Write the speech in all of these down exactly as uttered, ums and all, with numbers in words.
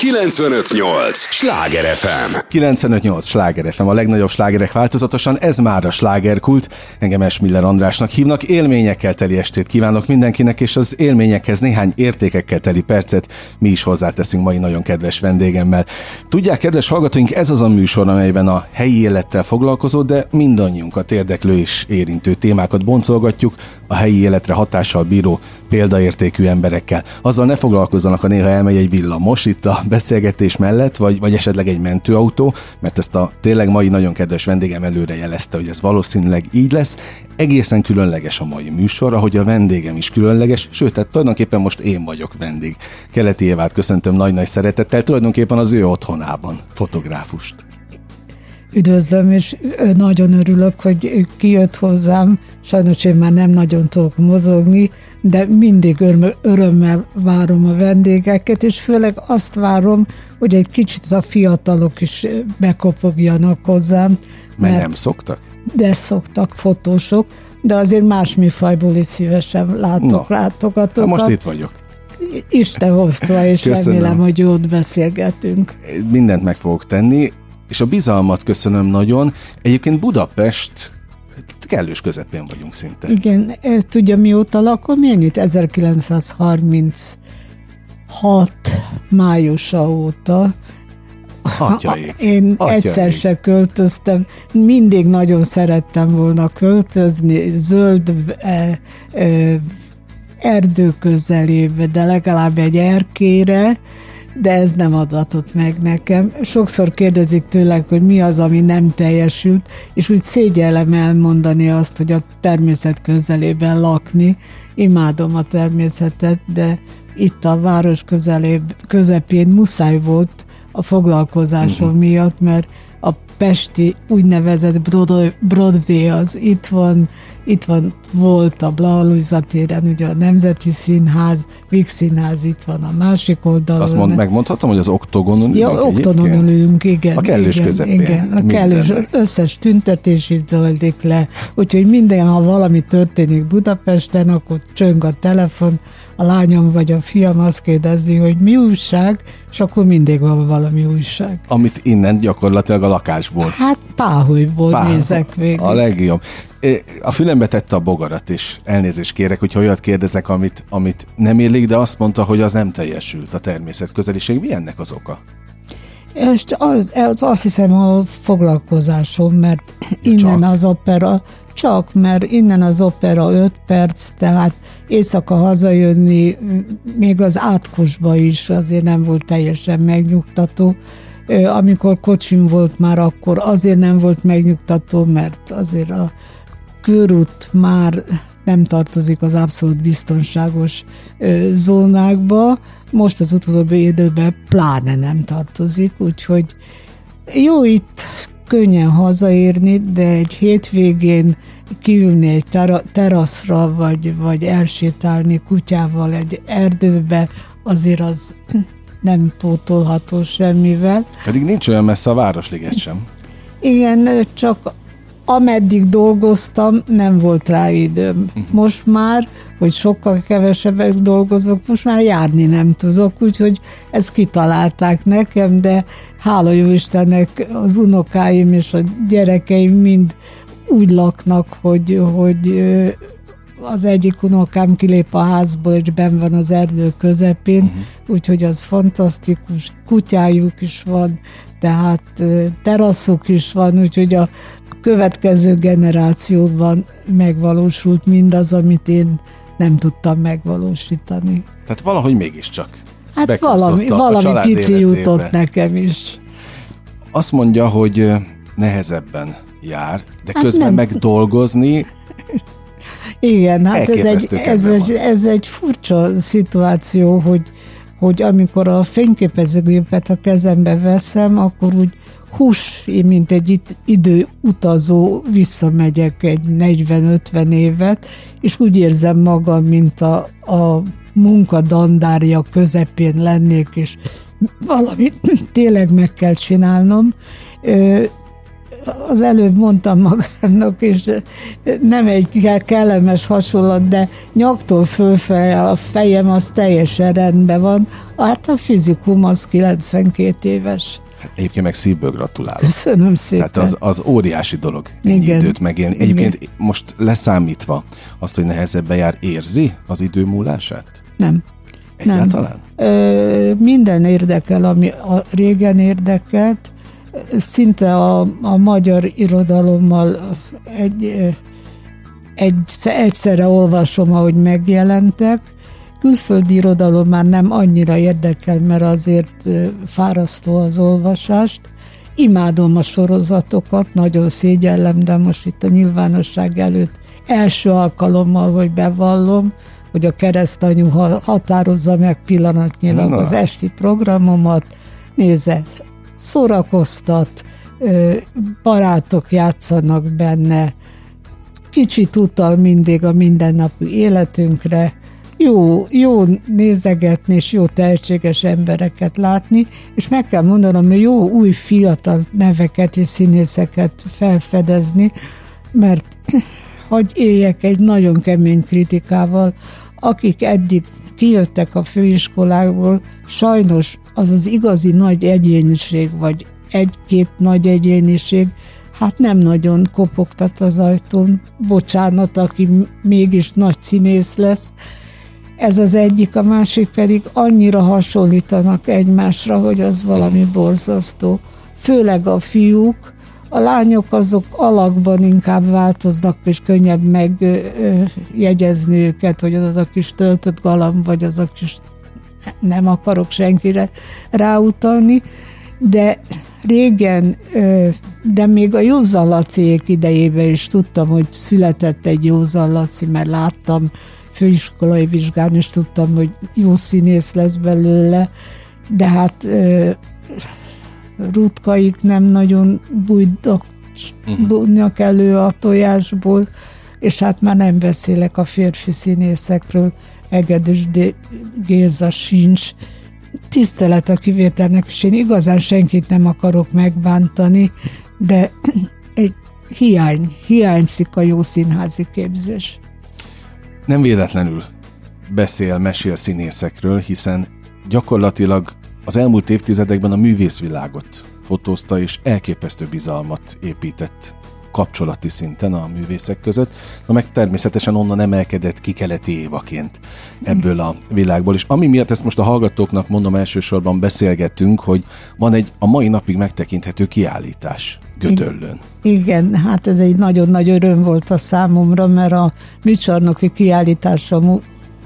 kilencvenöt nyolc Sláger ef em. kilencvenöt nyolc Sláger ef em, a legnagyobb slágerek változatosan, ez már a slágerkult. Engem Esmiller Andrásnak hívnak, élményekkel teli estét kívánok mindenkinek, és az élményekhez néhány értékekkel teli percet mi is hozzáteszünk mai nagyon kedves vendégemmel. Tudják, kedves hallgatóink, ez az a műsor, amelyben a helyi élettel foglalkozó, de mindannyiunkat érdeklő és érintő témákat boncolgatjuk a helyi életre hatással bíró példaértékű emberekkel. Azzal ne foglalkozzanak, ha néha elmegy egy villamos itt a beszélgetés mellett, vagy, vagy esetleg egy mentőautó, mert ezt a tényleg mai nagyon kedves vendégem előre jelezte, hogy ez valószínűleg így lesz. Egészen különleges a mai műsor, ahogy a vendégem is különleges, sőt, tehát tulajdonképpen most én vagyok vendég. Keleti Évát köszöntöm nagy-nagy szeretettel, tulajdonképpen az ő otthonában, fotográfust. Üdvözlöm, és nagyon örülök, hogy kijött hozzám. Sajnos én már nem nagyon tudok mozogni, de mindig öröm, örömmel várom a vendégeket, és főleg azt várom, hogy egy kicsit a fiatalok is bekopogjanak hozzám. Mert, mert nem szoktak? De szoktak fotósok, de azért más műfajból is szívesen látok no, látogatókat. Most itt vagyok. Isten hozta, és köszönöm. Remélem, hogy jót beszélgetünk. Mindent meg fogok tenni, és a bizalmat köszönöm nagyon. Egyébként Budapest kellős közepén vagyunk szinte. Igen, tudja mióta lakom én itt? ezerkilencszázharminchat májusa óta. Atyaik, én atyaik. Egyszer se költöztem, mindig nagyon szerettem volna költözni, zöld e, e, erdő közelébe, de legalább egy erkélyre, de ez nem adatott meg nekem. Sokszor kérdezik tőlek, hogy mi az, ami nem teljesült, és úgy szégyellem elmondani azt, hogy a természet közelében lakni. Imádom a természetet, de itt a város közeléb, közepén muszáj volt a foglalkozásom uh-huh. miatt, mert a pesti úgynevezett Broadway az itt van, itt van, volt a Blaha Lujza téren, ugye a Nemzeti Színház, Víg Színház itt van a másik oldalon. Azt mond, megmondhatom, hogy az oktogonon ülünk? Ja, oktogonon ülünk, igen. A kellős igen, közepén. Igen, a kellős, összes tüntetés itt zöldik le. Úgyhogy minden, ha valami történik Budapesten, akkor csöng a telefon, a lányom vagy a fiam azt kérdezi, hogy mi újság, és akkor mindig van valami újság. Amit innen gyakorlatilag a lakásból. Hát Páholyból Páholy. Nézek végig. A legjobb. A fülembe tette a bogarat, és elnézést kérek, hogyha olyat kérdezek, amit, amit nem illik, de azt mondta, hogy az nem teljesült, a természet közeliség. Mi ennek az oka? És az, az azt hiszem a foglalkozásom, mert ja, innen csak. Az opera, csak mert innen az opera öt perc, tehát éjszaka hazajönni, még az Átkosba is azért nem volt teljesen megnyugtató. Amikor kocsim volt már, akkor azért nem volt megnyugtató, mert azért a körút már nem tartozik az abszolút biztonságos ö, zónákba, most az utóbbi időben pláne nem tartozik, úgyhogy jó itt könnyen hazaérni, de egy hétvégén kiülni egy tera- teraszra, vagy, vagy elsétálni kutyával egy erdőbe, azért az nem pótolható semmivel. Pedig nincs olyan messze a Városliget sem. Igen, csak ameddig dolgoztam, nem volt rá időm. Uh-huh. Most már, hogy sokkal kevesebbet dolgozok, most már járni nem tudok, úgyhogy ezt kitalálták nekem, de hála jó Istennek az unokáim és a gyerekeim mind úgy laknak, hogy, hogy az egyik unokám kilép a házból, és benn van az erdő közepén, uh-huh. úgyhogy az fantasztikus, kutyájuk is van, tehát teraszuk is van, úgyhogy a következő generációban megvalósult mindaz, amit én nem tudtam megvalósítani. Tehát valahogy mégiscsak Hát valami, valami pici jutott nekem is. Azt mondja, hogy nehezebben jár, de hát közben nem. meg dolgozni. Igen, hát ez egy, ez, egy, ez egy furcsa szituáció, hogy, hogy amikor a fényképezőgépet a kezembe veszem, akkor úgy hús, én mint egy időutazó visszamegyek egy negyven-ötven évet, és úgy érzem magam, mint a, a munka dandárja közepén lennék, és valamit tényleg meg kell csinálnom. az előbb mondtam magának, és nem egy kellemes hasonlat, de nyaktól fölfelé a fejem az teljesen rendben van. Hát a fizikum az kilencvenkét éves. Egyébként meg szívből gratulálok. Köszönöm szépen. Tehát az, az óriási dolog ennyi Igen. időt megélni. Egyébként Igen. most leszámítva azt, hogy nehezebben jár, érzi az idő múlását? Nem. Egyáltalán? Nem. Ö, minden érdekel, ami a régen érdekelt. Szinte a, a magyar irodalommal egy, egy, egyszerre olvasom, ahogy megjelentek. Külföldi irodalom már nem annyira érdekel, mert azért fárasztó az olvasást. Imádom a sorozatokat, nagyon szégyellem, de most itt a nyilvánosság előtt első alkalommal, hogy bevallom, hogy a Keresztanyu határozza meg pillanatnyilag Na. az esti programomat. Nézze, szórakoztat, barátok játszanak benne, kicsit utal mindig a mindennapi életünkre, jó, jó nézegetni és jó tehetséges embereket látni, és meg kell mondanom, hogy jó új fiatal neveket és színészeket felfedezni, mert hogy éljek egy nagyon kemény kritikával, akik eddig kijöttek a főiskolákból, sajnos az az igazi nagy egyéniség, vagy egy-két nagy egyéniség, hát nem nagyon kopogtat az ajtón, bocsánat, aki mégis nagy színész lesz. Ez az egyik, a másik pedig annyira hasonlítanak egymásra, hogy az valami borzasztó. Főleg a fiúk, a lányok azok alakban inkább változnak, és könnyebb megjegyezni őket, hogy az az a kis töltött galamb, vagy az a kis, nem akarok senkire ráutalni, de régen, de még a Józan Laciék idejében is tudtam, hogy született egy Józan Laci, mert láttam főiskolai vizsgán, és tudtam, hogy jó színész lesz belőle, de hát Rutkaik nem nagyon bújnak, bújnak elő a tojásból, és hát már nem beszélek a férfi színészekről, Egedűs Géza sincs. Tisztelet a kivételnek, és én igazán senkit nem akarok megbántani, de egy hiány, hiányzik a jó színházi képzés. Nem véletlenül beszél, mesél színészekről, hiszen gyakorlatilag az elmúlt évtizedekben a művészvilágot fotózta, és elképesztő bizalmat épített kapcsolati szinten a művészek között, na meg természetesen onnan emelkedett ki Keleti Évaként ebből a világból, és ami miatt ezt most a hallgatóknak mondom, elsősorban beszélgetünk, hogy van egy a mai napig megtekinthető kiállítás Gödöllőn. Igen, hát ez egy nagyon nagy öröm volt a számomra, mert a műcsarnoki kiállításom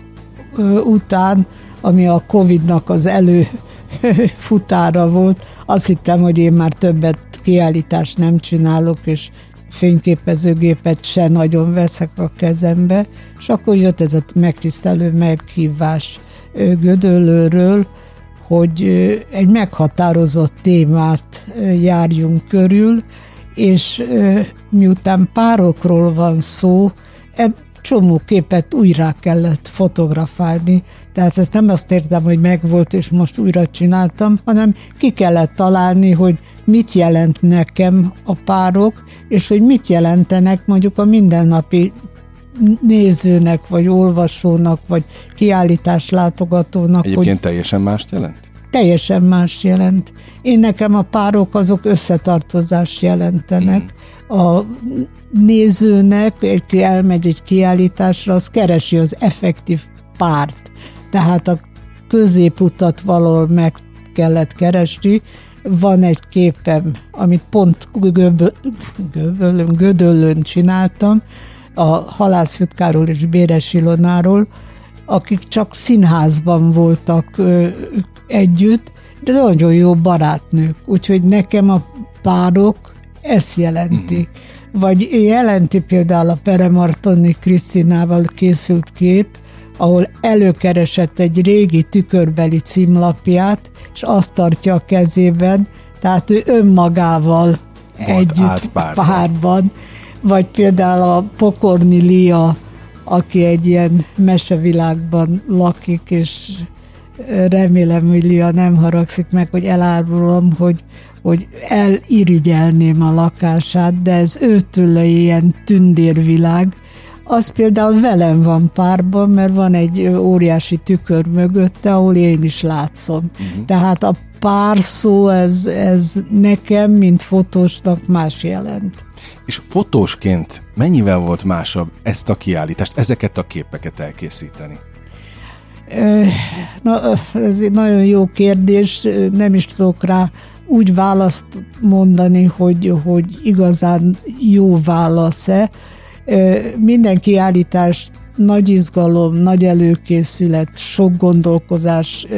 után, ami a Covidnak az elő futára volt, azt hittem, hogy én már többet kiállítást nem csinálok, és fényképezőgépet se nagyon veszek a kezembe, és akkor jött ez a megtisztelő meghívás Gödöllőről, hogy egy meghatározott témát járjunk körül, és miután párokról van szó, csomó képet újra kellett fotografálni, tehát ezt nem azt értem, hogy megvolt, és most újra csináltam, hanem ki kellett találni, hogy mit jelent nekem a párok, és hogy mit jelentenek mondjuk a mindennapi nézőnek, vagy olvasónak, vagy kiállítás látogatónak. Egyébként hogy teljesen mást jelent? Teljesen más jelent. Én nekem a párok azok összetartozást jelentenek. Mm. A nézőnek, aki elmegy egy kiállításra, az keresi az effektív párt. Tehát a középutat valahol meg kellett keresni. Van egy képem, amit pont Gödöllőn, Gödöllőn csináltam, a Halász Jutkáról és Béres Ilonáról, akik csak színházban voltak ö, együtt, de nagyon jó barátnők. Úgyhogy nekem a párok ezt jelentik. Mm. Vagy jelenti például a Peremartoni Krisztinával készült kép, ahol előkeresett egy régi tükörbeli címlapját, és azt tartja a kezében, tehát ő önmagával volt együtt párban. Vagy például a Pokorni Lia, aki egy ilyen mesevilágban lakik, és remélem, hogy Lia nem haragszik meg, hogy elárulom, hogy, hogy elirigyelném a lakását, de ez őtőle ilyen tündérvilág. Az például velem van párban, mert van egy óriási tükör mögötte, ahol én is látszom. Uh-huh. Tehát a pár szó, ez, ez nekem, mint fotósnak más jelent. És fotósként mennyivel volt másabb ezt a kiállítást, ezeket a képeket elkészíteni? Na, ez egy nagyon jó kérdés, nem is tudok rá úgy választ mondani, hogy, hogy igazán jó válasz-e. Minden kiállítás nagy izgalom, nagy előkészület, sok gondolkozás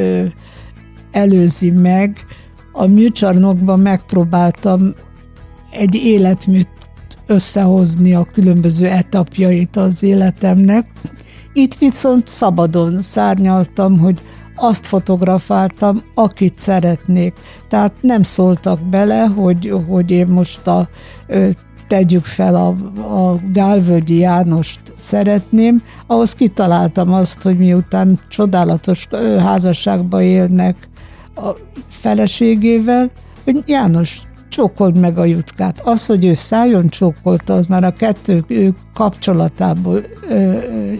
előzi meg. A műcsarnokban megpróbáltam egy életműt összehozni a különböző etapjait az életemnek. Itt viszont szabadon szárnyaltam, hogy azt fotografáltam, akit szeretnék. Tehát nem szóltak bele, hogy, hogy én most a, tegyük fel a, a Gálvölgyi Jánost szeretném. Ahhoz kitaláltam azt, hogy miután csodálatos házasságban élnek a feleségével, hogy János, csókold meg a Jutkát. Az, hogy ő szájon csókolta, az már a kettő ő kapcsolatából ö,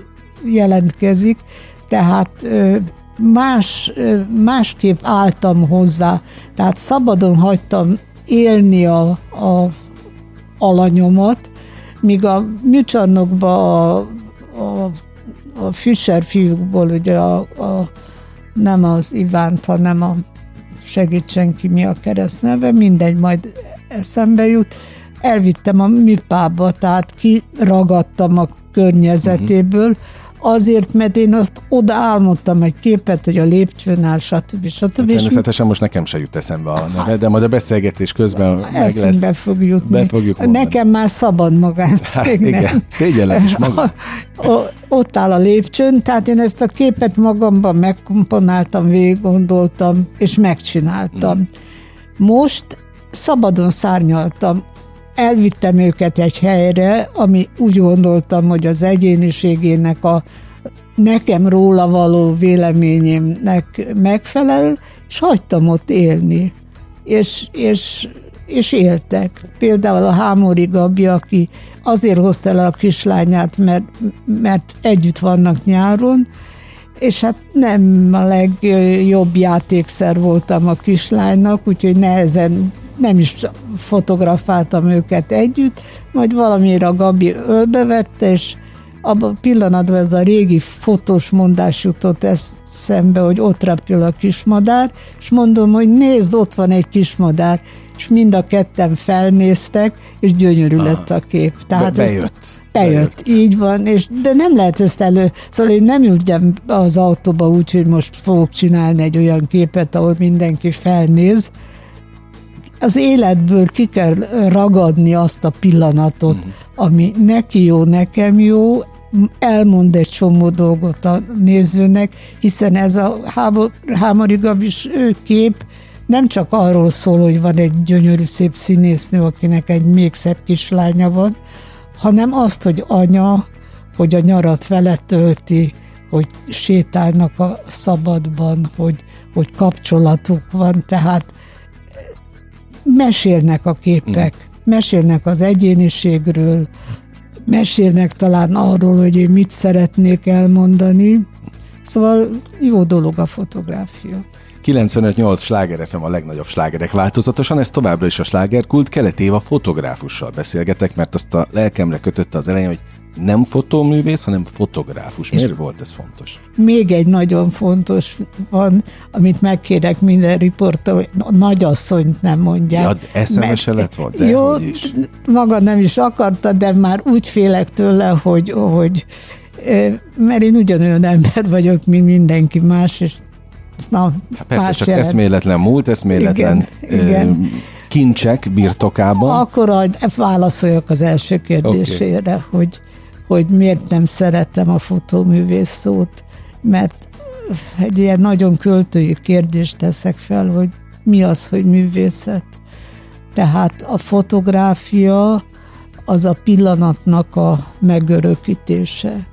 jelentkezik, tehát ö, más, ö, másképp álltam hozzá, tehát szabadon hagytam élni a, a alanyomat, míg a műcsarnokban a, a, a Fischer fiúkból, ugye a, a, nem az Ivánt, hanem a segítsen ki mi a keresztneve, mindegy, majd eszembe jut. Elvittem a műpába, tehát kiragadtam a környezetéből, azért, mert én azt oda álmodtam egy képet, hogy a lépcsőn áll, stb. stb. Természetesen most nekem se jut eszembe a neve, de majd a beszélgetés közben meg lesz. Eszembe fog jutni. Nekem már szabad magán. Hát igen, szégyellem is magam. Ott áll a lépcsőn, tehát én ezt a képet magamban megkomponáltam, végig gondoltam, és megcsináltam. Mm. Most szabadon szárnyaltam. Elvittem őket egy helyre, ami úgy gondoltam, hogy az egyéniségének, a nekem róla való véleményemnek megfelel, és hagytam ott élni. És, és, és éltek. Például a Hámori Gabi, aki azért hozta el a kislányát, mert, mert együtt vannak nyáron, és hát nem a legjobb játékszer voltam a kislánynak, úgyhogy nehezen nem is fotografáltam őket együtt, majd valamiért a Gabi ölbevette, és abban a pillanatban ez a régi fotós mondás jutott eszembe, hogy ott repül a kismadár, és mondom, hogy nézd, ott van egy kismadár, és mind a ketten felnéztek, és gyönyörű Aha. lett a kép. Tehát Be, bejött. Ez, bejött. Bejött, így van, és, de nem lehet ezt elő, szóval én nem ültem az autóba úgy, hogy most fogok csinálni egy olyan képet, ahol mindenki felnéz. Az életből ki kell ragadni azt a pillanatot, mm. ami neki jó, nekem jó, elmond egy csomó dolgot a nézőnek, hiszen ez a Hámori Gabis kép nem csak arról szól, hogy van egy gyönyörű szép színésznő, akinek egy még szebb kislánya van, hanem azt, hogy anya, hogy a nyarat vele tölti, hogy sétálnak a szabadban, hogy, hogy kapcsolatuk van, tehát mesélnek a képek, mm. mesélnek az egyéniségről, mesélnek talán arról, hogy én mit szeretnék elmondani. Szóval jó dolog a fotográfia. kilencvenöt nyolc Sláger ef em a legnagyobb slágerek változatosan, ez továbbra is a Slágerkult. Keleti Éva fotográfussal beszélgetek, mert azt a lelkemre kötötte az elején, hogy nem fotóművész, hanem fotográfus. Miért és volt ez fontos? Még egy nagyon fontos van, amit megkérek minden riporttal, hogy nagyasszonyt nem mondják. Ja, eszemese lett volt, de jó, hogy is. Maga nem is akarta, de már úgy félek tőle, hogy, hogy mert én ugyanolyan ember vagyok, mint mindenki más, és na, hát persze, csak jelent. Eszméletlen múlt, eszméletlen igen, ö, igen. kincsek birtokában. Akkor válaszoljak az első kérdésére, okay. hogy hogy miért nem szeretem a fotóművész szót, mert egy ilyen nagyon költői kérdést teszek fel, hogy mi az, hogy művészet. Tehát a fotográfia az a pillanatnak a megörökítése.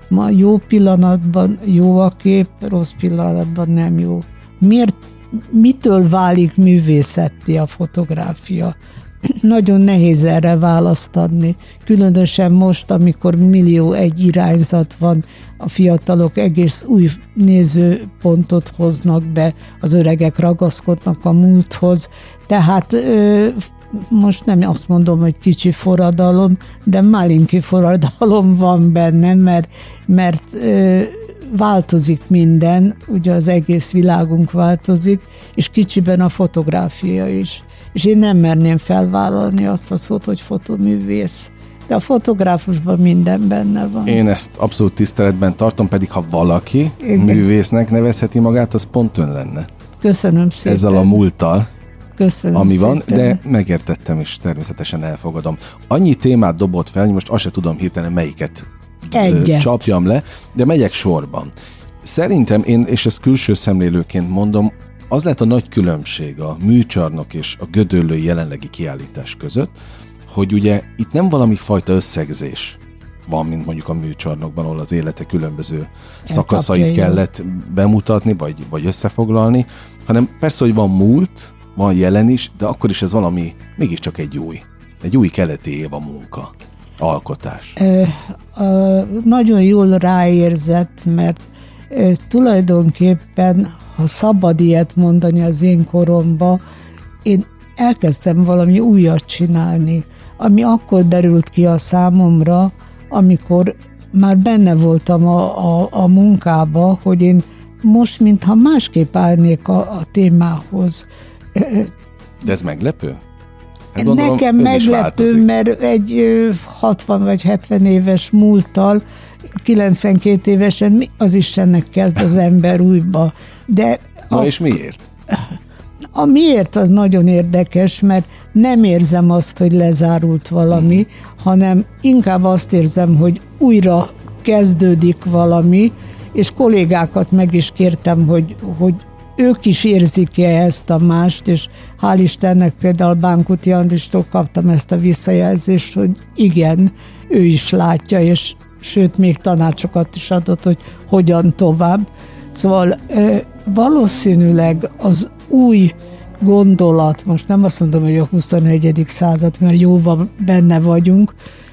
Ma jó pillanatban jó a kép, rossz pillanatban nem jó. Miért, mitől válik művészetté a fotográfia? Nagyon nehéz erre választ adni, különösen most, amikor millió egy irányzat van, a fiatalok egész új nézőpontot hoznak be, az öregek ragaszkodnak a múlthoz, tehát ö, most nem azt mondom, hogy kicsi forradalom, de malinki forradalom van benne, mert, mert ö, változik minden, ugye az egész világunk változik, és kicsiben a fotográfia is. És én nem merném felvállalni azt a szót, hogy fotoművész. De a fotográfusban minden benne van. Én ezt abszolút tiszteletben tartom, pedig ha valaki Igen. művésznek nevezheti magát, az pont ön lenne. Köszönöm szépen. Ezzel a múlttal, Köszönöm ami szépen. van, de megértettem, és természetesen elfogadom. Annyi témát dobott fel, hogy most azt se tudom hirtelen melyiket Egyet. csapjam le, de megyek sorban. Szerintem én, és ezt külső szemlélőként mondom, az lehet a nagy különbség a műcsarnok és a gödöllői jelenlegi kiállítás között, hogy ugye itt nem valami fajta összegzés van, mint mondjuk a műcsarnokban, ahol az élete különböző szakaszait kellett bemutatni, vagy, vagy összefoglalni, hanem persze, hogy van múlt, van jelen is, de akkor is ez valami, mégiscsak egy új, egy új keleti éva munka, alkotás. Ö, ö, nagyon jól ráérzett, mert ö, tulajdonképpen, ha szabad ilyet mondani az én koromban, én elkezdtem valami újat csinálni, ami akkor derült ki a számomra, amikor már benne voltam a, a, a munkába, hogy én most, mintha másképp állnék a, a témához. De ez meglepő? Hát gondolom, nekem meglepő, mert egy hatvan vagy hetven éves múlttal, kilencvenkét évesen az Istennek kezd az ember újba. De Na a, és miért? A miért az nagyon érdekes, mert nem érzem azt, hogy lezárult valami, hmm. hanem inkább azt érzem, hogy újra kezdődik valami, és kollégákat meg is kértem, hogy, hogy ők is érzik-e ezt a mást, és hál' Istennek például Bánkuti Andristól kaptam ezt a visszajelzést, hogy igen, ő is látja, és sőt, még tanácsokat is adott, hogy hogyan tovább. Szóval valószínűleg az új gondolat, most nem azt mondom, hogy a huszonegyedik század, mert jóval benne vagyunk,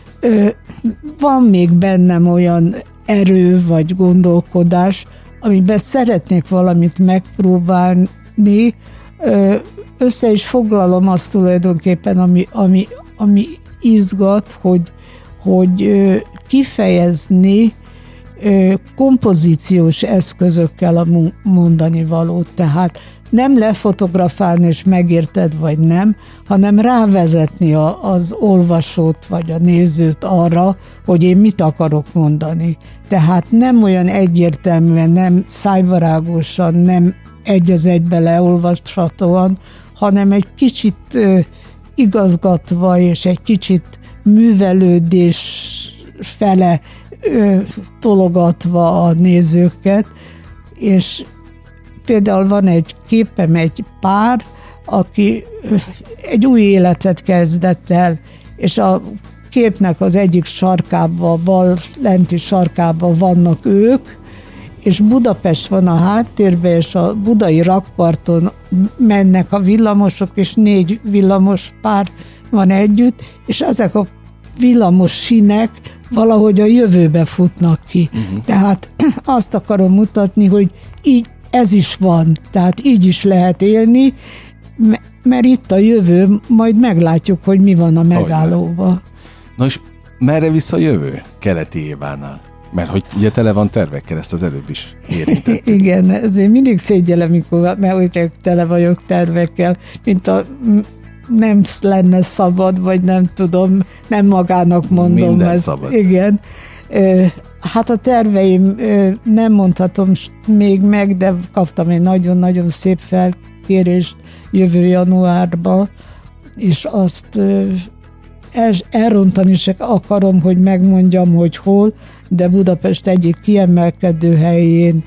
van még bennem olyan erő vagy gondolkodás, amiben szeretnék valamit megpróbálni, össze is foglalom azt tulajdonképpen, ami, ami, ami izgat, hogy, hogy kifejezni kompozíciós eszközökkel a mondani valót, tehát nem lefotografálni és megérted vagy nem, hanem rávezetni a, az olvasót vagy a nézőt arra, hogy én mit akarok mondani. Tehát nem olyan egyértelműen, nem szájbarágosan, nem egy az egybe leolvashatóan, hanem egy kicsit ö, igazgatva és egy kicsit művelődés fele ö, tologatva a nézőket, és például van egy képem, egy pár, aki egy új életet kezdett el, és a képnek az egyik sarkában, bal lenti sarkában vannak ők, és Budapest van a háttérben, és a budai rakparton mennek a villamosok, és négy villamos pár van együtt, és ezek a villamos sínek valahogy a jövőbe futnak ki. Uh-huh. Tehát azt akarom mutatni, hogy így ez is van, tehát így is lehet élni, mert itt a jövő, majd meglátjuk, hogy mi van a megállóban. Na és merre visz a jövő keleti évánál? Mert hogy ugye tele van tervekkel, ezt az előbb is érintettük. Igen, ezért mindig szégyellem, amikor, mert hogy tele vagyok tervekkel, mint a nem lenne szabad, vagy nem tudom, nem magának mondom. Minden ezt. Szabad. Igen. Hát a terveim nem mondhatom még meg, de kaptam egy nagyon-nagyon szép felkérést jövő januárban, és azt elrontani se akarom, hogy megmondjam, hogy hol, de Budapest egyik kiemelkedő helyén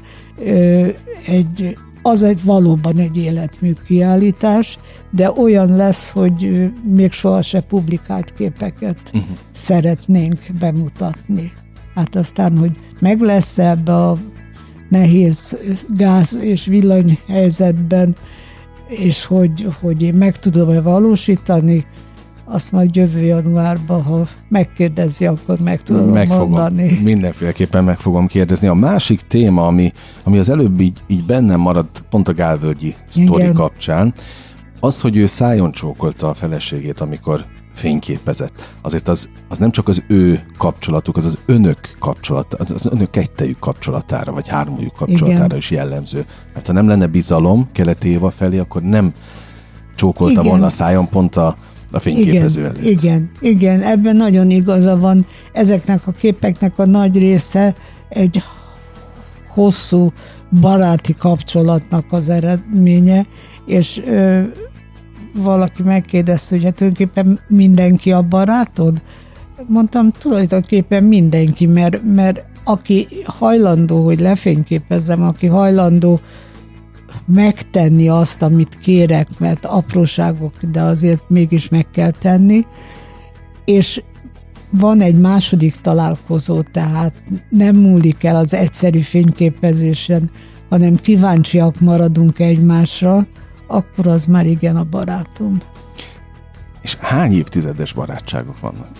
egy, az egy valóban egy életmű kiállítás, de olyan lesz, hogy még soha se publikált képeket uh-huh. szeretnénk bemutatni. Hát aztán, hogy meg lesz ebbe a nehéz gáz és villany helyzetben, és hogy, hogy én meg tudom-e valósítani, azt majd jövő januárban, ha megkérdezi, akkor meg tudom meg mondani. Fogom, mindenféleképpen meg fogom kérdezni. A másik téma, ami, ami az előbb így, így bennem maradt, pont a Gálvölgyi sztori Igen. kapcsán, az, hogy ő szájon csókolta a feleségét, amikor fényképezett. Azért az, az nem csak az ő kapcsolatuk, az az önök kapcsolata, az, az önök kettejük kapcsolatára, vagy hármójuk kapcsolatára Igen. is jellemző. Mert ha nem lenne bizalom Keleti Éva felé, akkor nem csókolta Igen. volna a szájon pont a a fényképező igen, előtt. Igen, igen, ebben nagyon igaza van. Ezeknek a képeknek a nagy része egy hosszú baráti kapcsolatnak az eredménye, és ö, valaki megkérdezte, hogy hát tulajdonképpen mindenki a barátod? Mondtam, tulajdonképpen mindenki, mert, mert aki hajlandó, hogy lefényképezzem, aki hajlandó megtenni azt, amit kérek, mert apróságok, de azért mégis meg kell tenni, és van egy második találkozó, tehát nem múlik el az egyszerű fényképezésen, hanem kíváncsiak maradunk egymásra, akkor az már igen a barátom. És hány évtizedes barátságok vannak?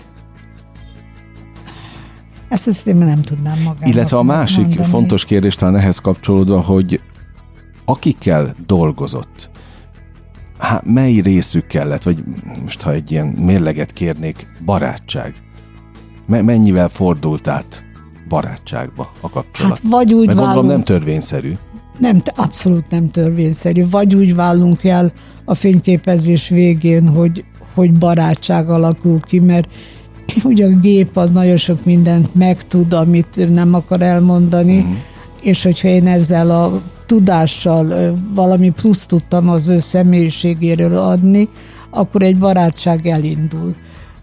Ezt, ezt én nem tudnám magának Illetve a másik mondani. fontos kérdés talán ehhez kapcsolódva, hogy akikkel dolgozott, há, mely részük kellett, vagy most ha egy ilyen mérleget kérnék, barátság? Me- mennyivel fordult át barátságba a kapcsolat? Hát vagy úgy Mert válunk, gondolom nem törvényszerű. Nem, abszolút nem törvényszerű. Vagy úgy válunk el a fényképezés végén, hogy, hogy barátság alakul ki, mert ugye a gép az nagyon sok mindent megtud, amit nem akar elmondani, uh-huh. és hogyha én ezzel a tudással valami plusz tudtam az ő személyiségéről adni, akkor egy barátság elindul.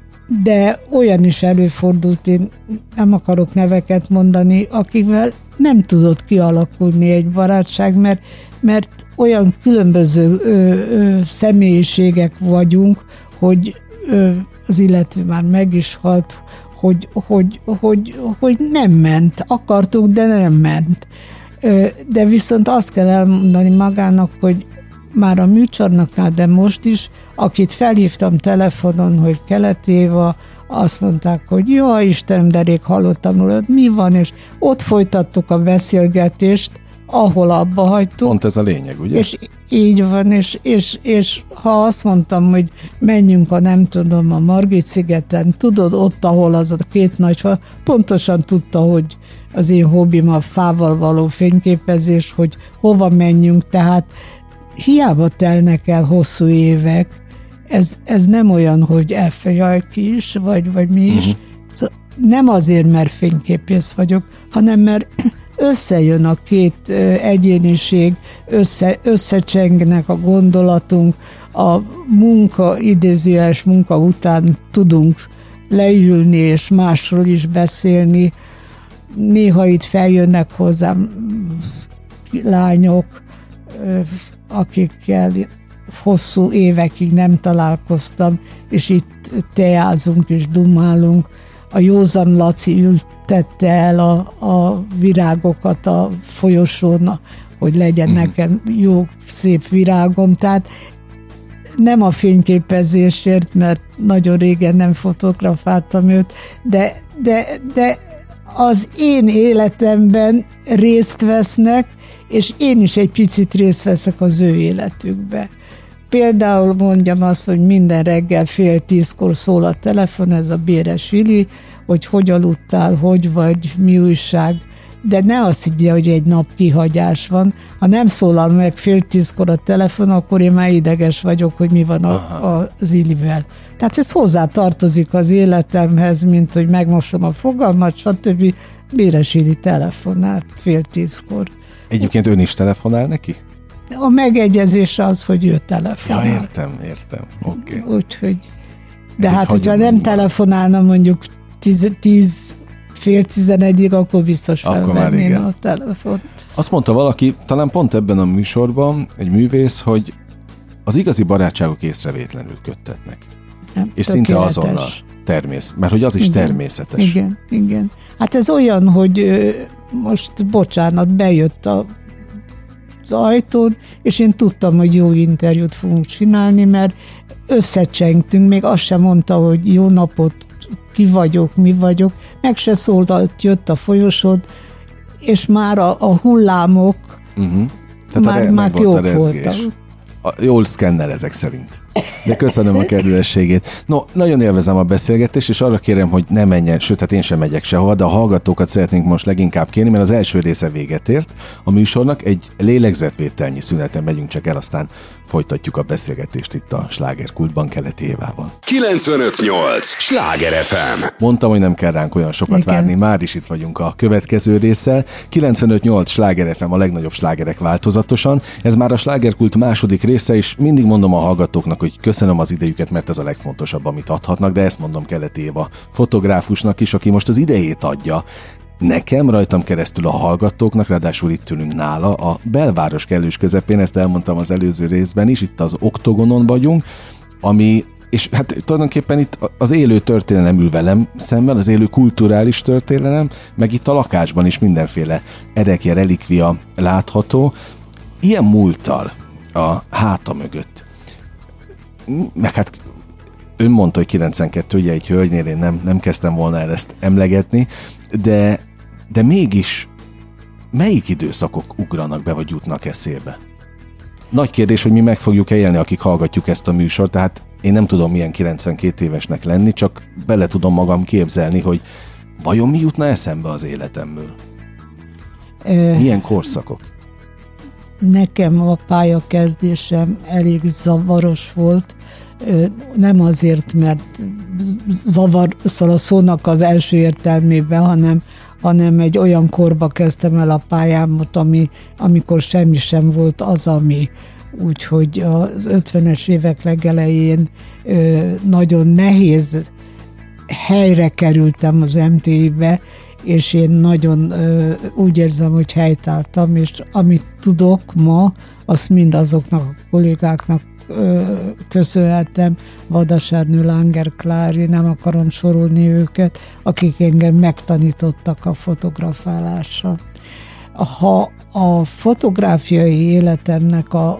De olyan is előfordult, én nem akarok neveket mondani, akivel nem tudott kialakulni egy barátság, mert, mert olyan különböző ö, ö, személyiségek vagyunk, hogy ö, az illető már meg is halt, hogy, hogy, hogy, hogy nem ment. Akartuk, de nem ment. De viszont azt kell elmondani magának, hogy már a műcsarnoknál, de most is, akit felhívtam telefonon, hogy Keleti Éva, azt mondták, hogy jó, Istenem, de rég hallottam róla, mi van, és ott folytattuk a beszélgetést, ahol abba hagytuk. Pont ez a lényeg, ugye? És így van, és, és, és ha azt mondtam, hogy menjünk a nem tudom, a Margit-szigeten, tudod, ott, ahol az a két nagy fa, pontosan tudta, hogy az én hobbim a fával való fényképezés, hogy hova menjünk, tehát hiába telnek el hosszú évek, ez, ez nem olyan, hogy elfejaj ki is, vagy, vagy mi is. Uh-huh. Nem azért, mert fényképész vagyok, hanem mert összejön a két egyéniség, össze, összecsengnek a gondolatunk, a munka, idézőjeles munka után tudunk leülni és másról is beszélni. Néha itt feljönnek hozzám lányok, akikkel hosszú évekig nem találkoztam, és itt teázunk és dumálunk. A Józan Laci ültette el a, a virágokat a folyosón, hogy legyen uh-huh. nekem jó, szép virágom. Tehát nem a fényképezésért, mert nagyon régen nem fotografáltam őt, de, de, de az én életemben részt vesznek, és én is egy picit részt veszek az ő életükbe. Például mondjam azt, hogy minden reggel fél tízkor szól a telefon, ez a Béres Vili, hogy hogy aludtál, hogy vagy, mi újság, de ne azt higgye, hogy egy nap kihagyás van. Ha nem szólal meg fél tízkor a telefon, akkor én már ideges vagyok, hogy mi van a, a, az Ilivel. Tehát ez hozzá tartozik az életemhez, mint hogy megmosom a fogalmat, stb. Béres Vili telefonált fél tízkor. Egyébként ön is telefonál neki? A megegyezés az, hogy ő telefonál. Ja, értem, értem. Oké. Okay. Úgyhogy, de ez hát, hogyha nem van. Telefonálna mondjuk tíz, tíz fél tizenegyig, akkor biztos felvenném a telefon. Azt mondta valaki, talán pont ebben a műsorban, egy művész, hogy az igazi barátságok észrevétlenül köttetnek. Nem, és tökéletes. Szinte azonnal. termész, mert hogy az is igen, természetes. Igen, igen. Hát ez olyan, hogy most, bocsánat, bejött a, az ajtón, és én tudtam, hogy jó interjút fogunk csinálni, mert összecsengtünk, még azt sem mondta, hogy jó napot, ki vagyok, mi vagyok, meg se szólalt, jött a folyosód, és már a, a hullámok uh-huh. már, már jók voltak. Jól szkennel ezek szerint. De köszönöm a kedvességét. No, nagyon élvezem a beszélgetést, és arra kérem, hogy ne menjen, sőt, hát én sem megyek sehova, de a hallgatókat szeretnénk most leginkább kérni, mert az első része véget ért a műsornak, egy lélegzetvételnyi szünetre megyünk csak el, aztán folytatjuk a beszélgetést itt a Slágerkultban Keleti Évával. kilencvenöt nyolc Sláger ef em. Mondtam, hogy nem kell ránk olyan sokat Igen. várni, már is itt vagyunk a következő résszel. kilencvenöt nyolc Sláger ef em, a legnagyobb slágerek változatosan. Ez már a Slágerkult második része, és mindig mondom a hallgatóknak, hogy köszönöm az idejüket, mert ez a legfontosabb, amit adhatnak, de ezt mondom Keleti Éva fotográfusnak is, aki most az idejét adja. Nekem, rajtam keresztül a hallgatóknak, ráadásul itt ülünk nála, a belváros kellős közepén, ezt elmondtam az előző részben is, itt az Oktogonon vagyunk, ami, és hát tulajdonképpen itt az élő történelem ül velem szemben, az élő kulturális történelem, meg itt a lakásban is mindenféle erekje, relikvia látható. Ilyen múlttal a háta mögött, meg hát ön mondta, hogy kilencvenkettő, ugye egy hölgynél én nem, nem kezdtem volna el ezt emlegetni, de, de mégis melyik időszakok ugranak be, vagy jutnak eszébe? Nagy kérdés, hogy mi meg fogjuk élni, akik hallgatjuk ezt a műsort, tehát én nem tudom milyen kilencvenkét évesnek lenni, csak bele tudom magam képzelni, hogy vajon mi jutna eszembe az életemből? Ö... Milyen korszakok? Nekem a pályakezdésem elég zavaros volt, nem azért, mert zavar, szóval a szónak az első értelmében, hanem, hanem egy olyan korba kezdtem el a pályámat, ami, amikor semmi sem volt az, ami. Úgyhogy az ötvenes évek legelején nagyon nehéz helyre kerültem az em té i-be, és én nagyon ö, úgy érzem, hogy helytáltam, és amit tudok ma, azt mind azoknak a kollégáknak ö, köszönhetem, Vadas Ernő, Langer Klári, nem akarom sorolni őket, akik engem megtanítottak a fotografálásra. Ha a fotográfiai életemnek a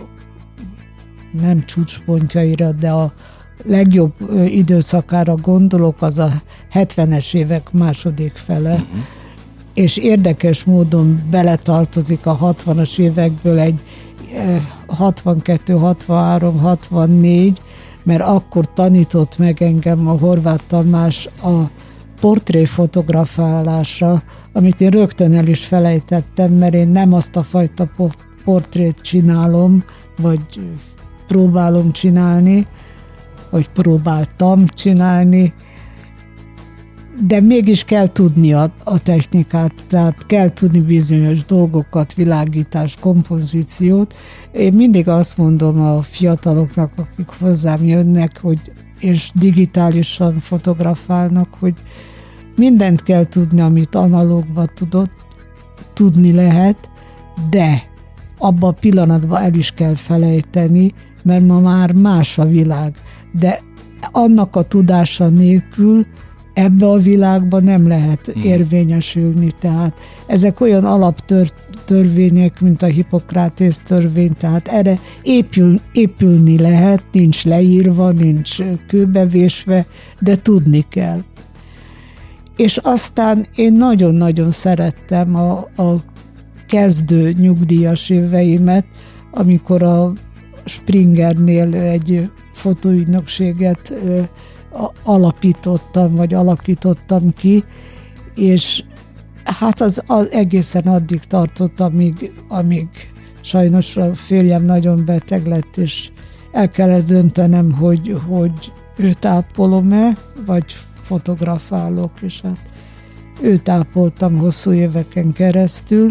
nem csúcspontjaira, de a legjobb időszakára gondolok, az a hetvenes évek második fele, uh-huh. és érdekes módon beletartozik a hatvanas évekből egy hatvankettő, hatvanhárom, hatvannégy, mert akkor tanított meg engem a Horváth Tamás a portréfotografálásra, amit én rögtön el is felejtettem, mert én nem azt a fajta portrét csinálom, vagy próbálom csinálni, vagy próbáltam csinálni, de mégis kell tudni a, a technikát, tehát kell tudni bizonyos dolgokat, világítást, kompozíciót. Én mindig azt mondom a fiataloknak, akik hozzám jönnek, hogy, és digitálisan fotografálnak, hogy mindent kell tudni, amit analógban tudod, tudni lehet, de abban a pillanatban el is kell felejteni, mert ma már más a világ. De annak a tudása nélkül ebbe a világban nem lehet érvényesülni. Tehát ezek olyan alaptörvények, mint a Hippokratész törvény, tehát erre épül, épülni lehet, nincs leírva, nincs kőbevésve, de tudni kell. És aztán én nagyon-nagyon szerettem a, a kezdő nyugdíjas éveimet, amikor a Springernél egy fotóügynökséget ö, alapítottam, vagy alakítottam ki, és hát az, az egészen addig tartott, amíg, amíg sajnos a férjem nagyon beteg lett, és el kellett döntenem, hogy, hogy őt ápolom-e, vagy fotografálok, és hát őt ápoltam hosszú éveken keresztül,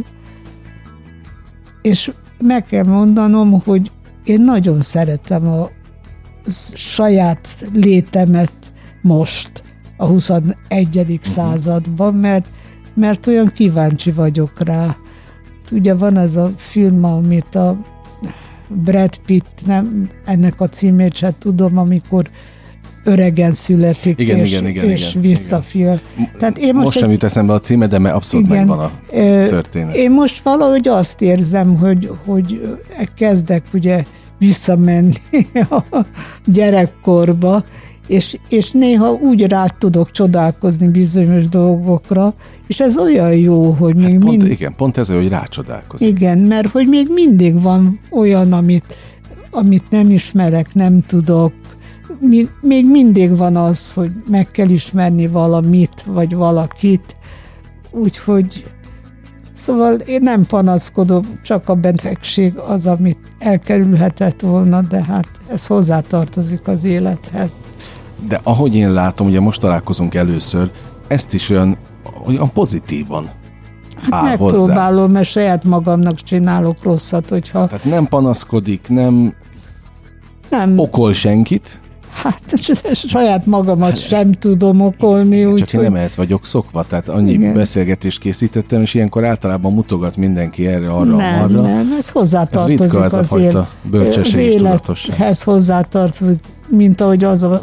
és meg kell mondanom, hogy én nagyon szeretem a saját létemet most, a huszonegyedik Uh-huh. században, mert, mert olyan kíváncsi vagyok rá. Ugye van ez a film, amit a Brad Pitt, nem, ennek a címét sem tudom, amikor öregen születik, igen, és, igen, igen, és igen, visszafél. Tehát én most, most sem jut eszembe a címe, de abszolút igen, megvan a történet. Én most valahogy azt érzem, hogy, hogy kezdek ugye visszamenni a gyerekkorba, és, és néha úgy rá tudok csodálkozni bizonyos dolgokra, és ez olyan jó, hogy még hát pont, mind... Igen, pont ez, hogy rácsodálkozik. Igen, mert hogy még mindig van olyan, amit, amit nem ismerek, nem tudok. Mi, még mindig van az, hogy meg kell ismerni valamit, vagy valakit. Úgyhogy szóval én nem panaszkodom, csak a betegség az, amit elkerülhetett volna, de hát ez hozzátartozik az élethez. De ahogy én látom, ugye most találkozunk először, ezt is olyan, olyan pozitívan hát áll megpróbálom, hozzá. Mert saját magamnak csinálok rosszat, hogyha... Tehát nem panaszkodik, nem, nem. okol senkit. Hát saját magamat sem tudom okolni. Csak úgy, én nem ehhez vagyok szokva, tehát annyi igen. beszélgetést készítettem, és ilyenkor általában mutogat mindenki erre, arra, nem, arra. Nem, ez hozzátartozik ez ritka, ez az, él, az élethez hozzátartozik, mint ahogy az a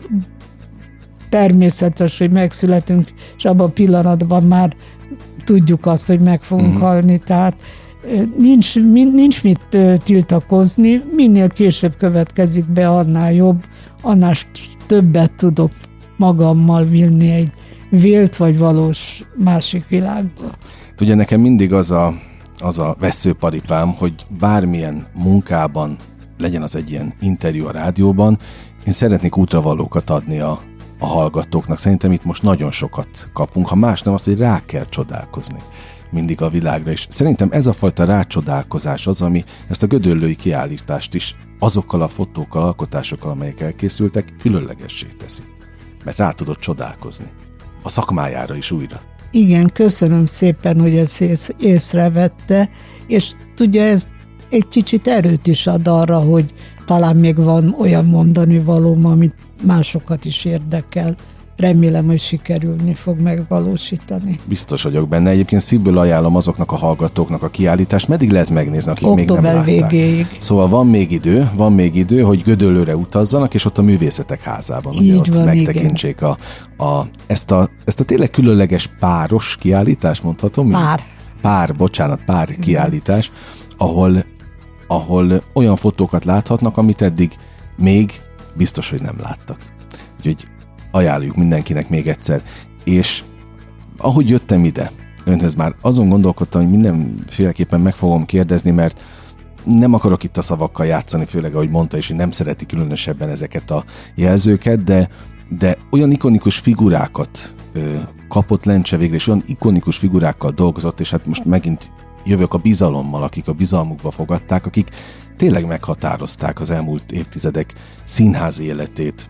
természetes, hogy megszületünk, és abban a pillanatban már tudjuk azt, hogy meg fogunk uh-huh. halni, tehát nincs, nincs mit tiltakozni, minél később következik be, annál jobb, annál többet tudok magammal vinni egy vélt vagy valós másik világba. Ugye nekem mindig az a, az a vesszőparipám, hogy bármilyen munkában, legyen az egy ilyen interjú a rádióban, én szeretnék útravalókat adni a, a hallgatóknak. Szerintem itt most nagyon sokat kapunk, ha más nem, azt, hogy rá kell csodálkozni mindig a világra, és szerintem ez a fajta rácsodálkozás az, ami ezt a gödöllői kiállítást is azokkal a fotókkal, alkotásokkal, amelyek elkészültek, különlegessé teszi. Mert rá tudod csodálkozni. A szakmájára is újra. Igen, köszönöm szépen, hogy ezt ész, észrevette, és tudja, ez egy kicsit erőt is ad arra, hogy talán még van olyan mondani valóm, amit másokat is érdekel. Remélem, hogy sikerülni fog megvalósítani. Biztos vagyok benne. Egyébként szívből ajánlom azoknak a hallgatóknak a kiállítást, meddig lehet megnézni, akik október még nem látták. Végéig. Szóval van még idő, van még idő, hogy Gödöllőre utazzanak, és ott a Művészetek Házában, ugye ott van, megtekintsék a, a, ezt, a, ezt a tényleg különleges páros kiállítást, mondhatom? Pár. Pár, bocsánat, pár igen. kiállítás, ahol, ahol olyan fotókat láthatnak, amit eddig még biztos, hogy nem láttak. Úgyhogy ajánljuk mindenkinek még egyszer. És ahogy jöttem ide, önhöz már azon gondolkodtam, hogy mindenféleképpen meg fogom kérdezni, mert nem akarok itt a szavakkal játszani, főleg ahogy mondta is, hogy nem szereti különösebben ezeket a jelzőket, de, de olyan ikonikus figurákat ö, kapott Lencse végre, és olyan ikonikus figurákkal dolgozott, és hát most megint jövök a bizalommal, akik a bizalmukba fogadták, akik tényleg meghatározták az elmúlt évtizedek színházi életét.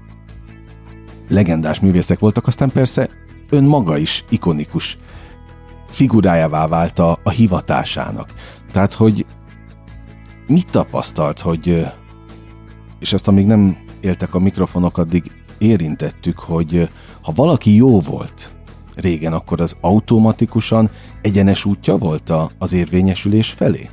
Legendás művészek voltak, aztán persze ön maga is ikonikus figurájává vált a, a hivatásának. Tehát, hogy mit tapasztalt, hogy, és ezt amíg nem éltek a mikrofonok, addig érintettük, hogy ha valaki jó volt régen, akkor az automatikusan egyenes útja volt a, az érvényesülés felé?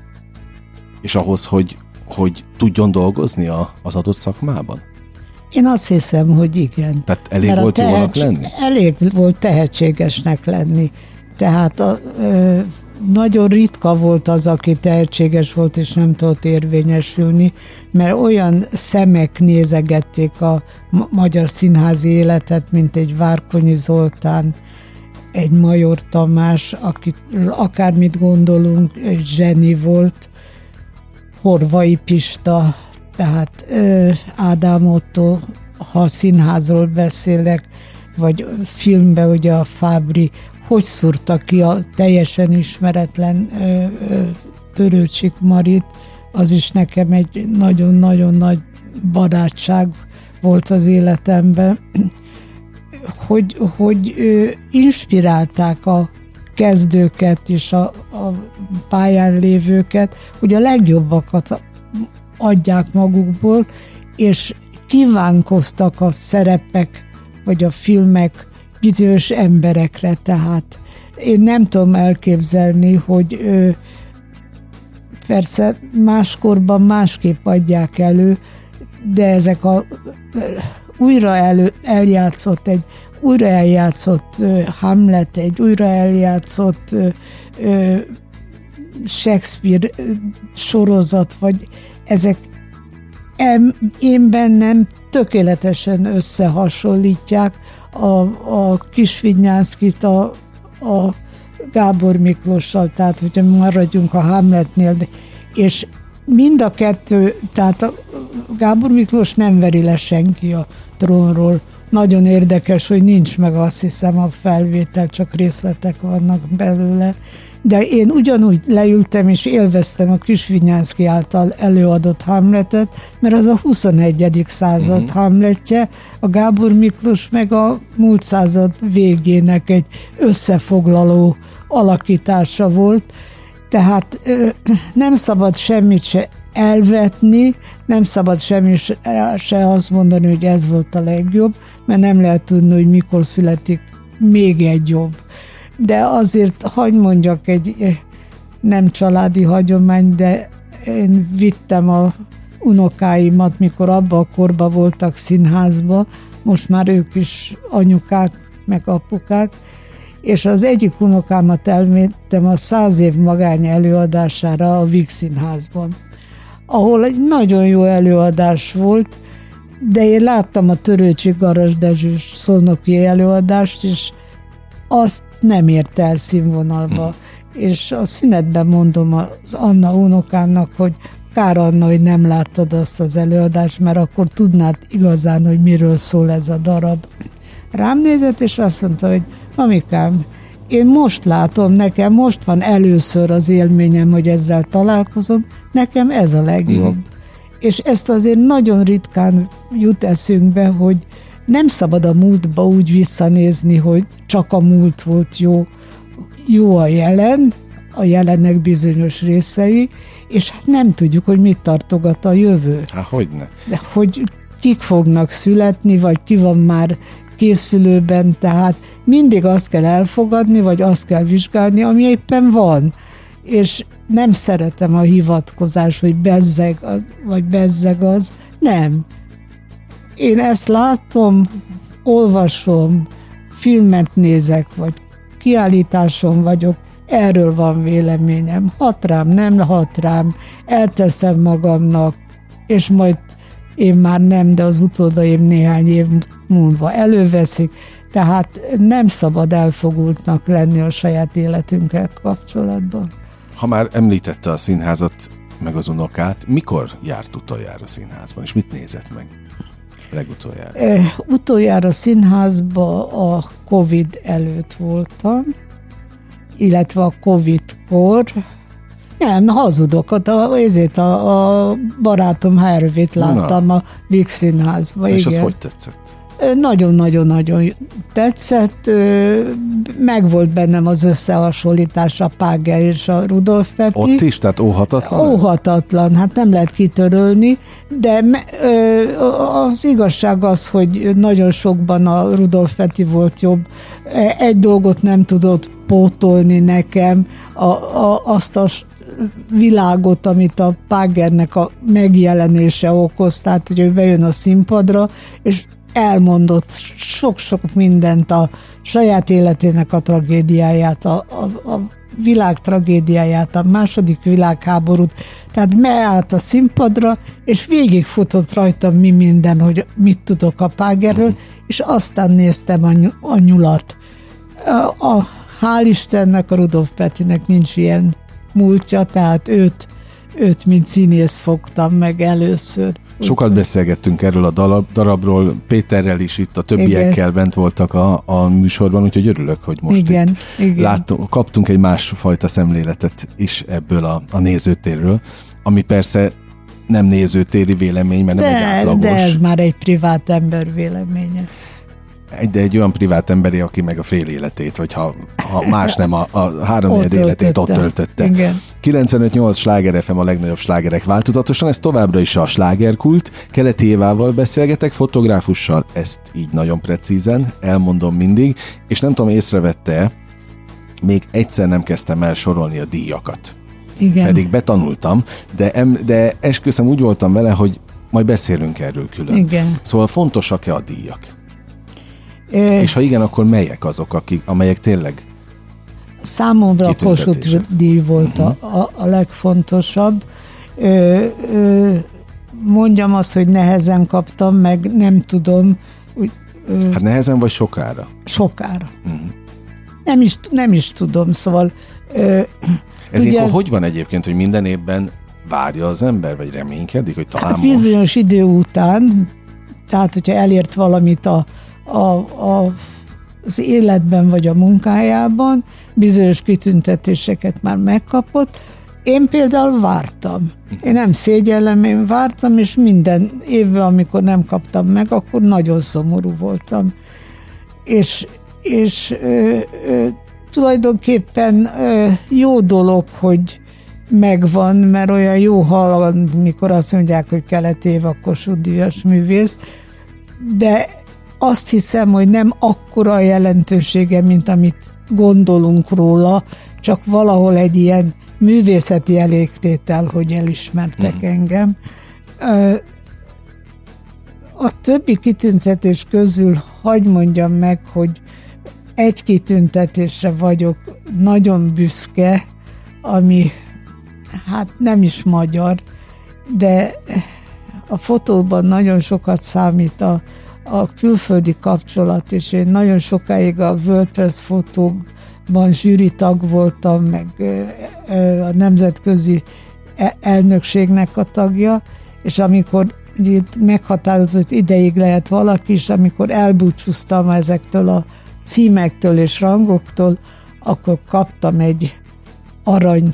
És ahhoz, hogy, hogy tudjon dolgozni a, az adott szakmában? Én azt hiszem, hogy igen. Tehát elég Mert volt tehetség, jónak lenni? Elég volt tehetségesnek lenni. Tehát a, ö, nagyon ritka volt az, aki tehetséges volt, és nem tudott érvényesülni, mert olyan szemek nézegették a ma- magyar színházi életet, mint egy Várkonyi Zoltán, egy Major Tamás, akit akármit gondolunk, egy zseni volt, Horvai Pista, tehát ö, Ádám Ottó, ha színházról beszélek, vagy filmben ugye a Fábri, hogy szúrta ki a teljesen ismeretlen ö, ö, Törőcsik Marit, az is nekem egy nagyon-nagyon nagy barátság volt az életemben, hogy, hogy ö, inspirálták a kezdőket és a, a pályán lévőket, hogy a legjobbakat adják magukból, és kívánkoztak a szerepek, vagy a filmek bizonyos emberekre, tehát én nem tudom elképzelni, hogy ö, persze máskorban másképp adják elő, de ezek a újra elő, eljátszott, egy újra eljátszott uh, Hamlet, egy újra eljátszott uh, uh, Shakespeare uh, sorozat, vagy ezek em, én bennem tökéletesen összehasonlítják a, a Kisvidnyánszkit a, a Gábor Miklóssal, tehát hogyha maradjunk a Hamletnél, és mind a kettő, tehát a Gábor Miklós nem veri le senki a trónról. Nagyon érdekes, hogy nincs meg, azt hiszem, a felvétel, csak részletek vannak belőle. De én ugyanúgy leültem és élveztem a Kisvidnyánszky által előadott Hamletet, mert az a huszonegyedik század uh-huh. Hamletje, a Gábor Miklós meg a múlt század végének egy összefoglaló alakítása volt. Tehát nem szabad semmit se elvetni, nem szabad semmi se azt mondani, hogy ez volt a legjobb, mert nem lehet tudni, hogy mikor születik még egy jobb. De azért hagy mondjak egy nem családi hagyomány, de én vittem a unokáimat, mikor abba a korba voltak színházba, most már ők is anyukák, meg apukák, és az egyik unokámat elvittem a száz év magány előadására a Víg Színházban, ahol egy nagyon jó előadás volt, de én láttam a Törőcsik Garas Dezsős szolnoki előadást, és azt nem ért el színvonalba. Hmm. És a szünetben mondom az Anna unokámnak, hogy kár Anna, hogy nem láttad azt az előadást, mert akkor tudnád igazán, hogy miről szól ez a darab. Rám nézett, és azt mondta, hogy Amikám, én most látom, nekem most van először az élményem, hogy ezzel találkozom, nekem ez a legjobb. Mm. És ezt azért nagyon ritkán jut eszünkbe, hogy nem szabad a múltba úgy visszanézni, hogy csak a múlt volt jó. Jó a jelen, a jelennek bizonyos részei, és hát nem tudjuk, hogy mit tartogat a jövő. Há, hogyne. De hogy kik fognak születni, vagy ki van már készülőben, tehát mindig azt kell elfogadni, vagy azt kell vizsgálni, ami éppen van. És nem szeretem a hivatkozás, hogy bezzeg az, vagy bezzeg az. Nem. Én ezt látom, olvasom, filmet nézek, vagy kiállításon vagyok, erről van véleményem. Hat rám, nem hat rám, elteszem magamnak, és majd én már nem, de az utódaim néhány év múlva előveszik, tehát nem szabad elfogultnak lenni a saját életünkkel kapcsolatban. Ha már említette a színházat, meg az unokát, mikor járt utoljára színházban, és mit nézett meg legutoljára? E, utoljára színházban a Covid előtt voltam, illetve a Covid-kor. Nem, hazudok, a, ezért a, a barátom há er vét láttam Na. a Víg Színházban. És igen. az hogy tetszett? Nagyon-nagyon-nagyon tetszett, megvolt bennem az összehasonlítás a Páger és a Rudolf Petty. Ott is, tehát óhatatlan? Óhatatlan, hát nem lehet kitörölni, de az igazság az, hogy nagyon sokban a Rudolf Petty volt jobb. Egy dolgot nem tudott pótolni nekem, a, a, azt a világot, amit a Págernek a megjelenése okoz, tehát hogy ő bejön a színpadra, és elmondott sok-sok mindent, a saját életének a tragédiáját, a, a, a világ tragédiáját, a második világháborút, tehát beállt a színpadra, és végigfutott rajtam mi minden, hogy mit tudok a Págerről, és aztán néztem a, a nyulat. A, a, hál' Istennek a Rudolf Pettynek nincs ilyen múltja, tehát őt, őt mint színész fogtam meg először. Sokat beszélgettünk erről a darab, darabról, Péterrel is itt, a többiekkel igen. bent voltak a, a műsorban, úgyhogy örülök, hogy most igen, itt igen. Láttunk, kaptunk egy másfajta szemléletet is ebből a, a nézőtérről, ami persze nem nézőtéri vélemény, mert de, nem egy átlagos. De ez már egy privát ember véleménye. Egy, de egy olyan privát emberi, aki meg a fél életét, vagy ha, ha más nem, a, a háromnegyed életét ott töltötte. Igen. kilencvenöt nyolc Sláger ef em, a legnagyobb slágerek változatosan, ez továbbra is a slágerkult. Keleti Évával beszélgetek, fotográfussal, ezt így nagyon precízen, elmondom mindig, és nem tudom, észrevette, még egyszer nem kezdtem el sorolni a díjakat. Igen. Pedig betanultam, de, em, de esküszöm úgy voltam vele, hogy majd beszélünk erről külön. Igen. Szóval fontosak-e a díjak? É... És ha igen, akkor melyek azok, akik, amelyek tényleg számomra a Kossuth díj volt uh-huh. a, a legfontosabb. Ö, ö, mondjam azt, hogy nehezen kaptam, meg nem tudom. Úgy, ö, hát nehezen vagy sokára? Sokára. Uh-huh. Nem, is, nem is tudom, szóval... Ö, ez ilyenkor ez... hogy van egyébként, hogy minden évben várja az ember, vagy reménykedik, hogy talán hát bizonyos most... idő után, tehát hogyha elért valamit a, a, a, az életben, vagy a munkájában, bizonyos kitüntetéseket már megkapott. Én például vártam. Én nem szégyellem, én vártam, és minden évben, amikor nem kaptam meg, akkor nagyon szomorú voltam. És, és ö, ö, tulajdonképpen ö, jó dolog, hogy megvan, mert olyan jó hallani, mikor azt mondják, hogy Keleti Éva Kossuth díjas művész, de azt hiszem, hogy nem akkora a jelentősége, mint amit gondolunk róla, csak valahol egy ilyen művészeti elégtétel, hogy elismertek mm. engem. A többi kitüntetés közül hadd mondjam meg, hogy egy kitüntetésre vagyok nagyon büszke, ami hát nem is magyar, de a fotóban nagyon sokat számít a, a külföldi kapcsolat, és én nagyon sokáig a WordPress fotóban zsűritag voltam, meg a nemzetközi elnökségnek a tagja, és amikor meghatározott ideig lehet valaki, és amikor elbúcsúztam ezektől a címektől és rangoktól, akkor kaptam egy arany